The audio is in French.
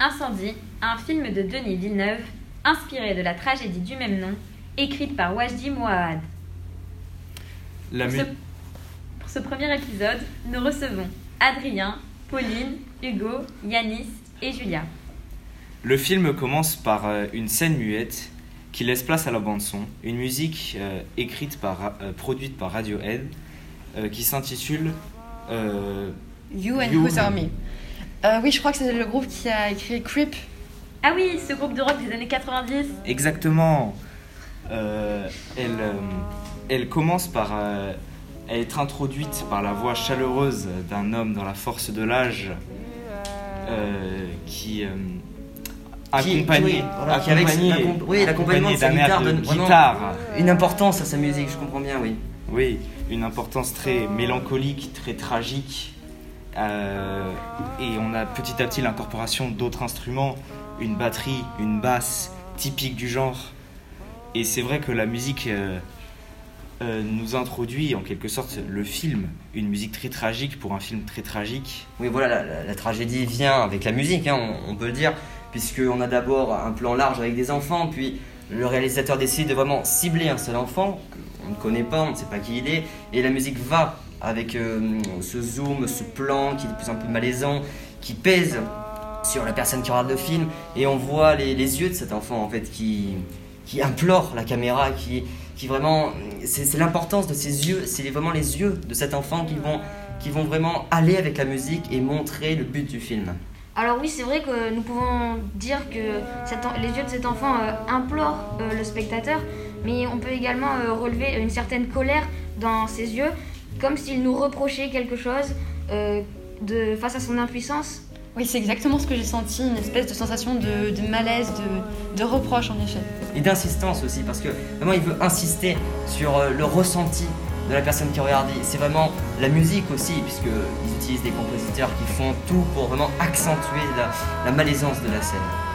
Incendie, un film de Denis Villeneuve, inspiré de la tragédie du même nom, écrite par Wajdi Mouawad. Pour ce premier épisode, nous recevons Adrien, Pauline, Hugo, Yanis et Julia. Le film commence par une scène muette qui laisse place à la bande-son, une musique produite par Radiohead qui s'intitule You and Who's Army. Oui, je crois que c'est le groupe qui a écrit Creep. Ah oui, ce groupe de rock des années 90. Exactement. Elle commence par être introduite par la voix chaleureuse d'un homme dans la force de l'âge l'accompagnement de sa guitare donne vraiment une importance à sa musique, je comprends bien, oui. Oui, une importance très mélancolique, très tragique. Et on a petit à petit l'incorporation d'autres instruments, une batterie, une basse typique du genre. Et c'est vrai que la musique nous introduit en quelque sorte le film, une musique très tragique pour un film très tragique. Oui, voilà, la tragédie vient avec la musique, on peut le dire, puisqu'on a d'abord un plan large avec des enfants, puis le réalisateur décide de vraiment cibler un seul enfant qu'on ne connaît pas, on ne sait pas qui il est, et la musique va avec ce zoom, ce plan qui est de plus en plus malaisant, qui pèse sur la personne qui regarde le film, et on voit les yeux de cet enfant en fait qui implore la caméra, qui vraiment, c'est l'importance de ses yeux, c'est vraiment les yeux de cet enfant qui vont vraiment aller avec la musique et montrer le but du film. Alors oui, c'est vrai que nous pouvons dire que les yeux de cet enfant implorent le spectateur, mais on peut également relever une certaine colère dans ses yeux, comme s'il nous reprochait quelque chose face à son impuissance. Oui, c'est exactement ce que j'ai senti, une espèce de sensation de malaise, de reproche en effet. Et d'insistance aussi, parce que vraiment il veut insister sur le ressenti de la personne qui regarde. C'est vraiment la musique aussi, puisqu'ils utilisent des compositeurs qui font tout pour vraiment accentuer la malaisance de la scène.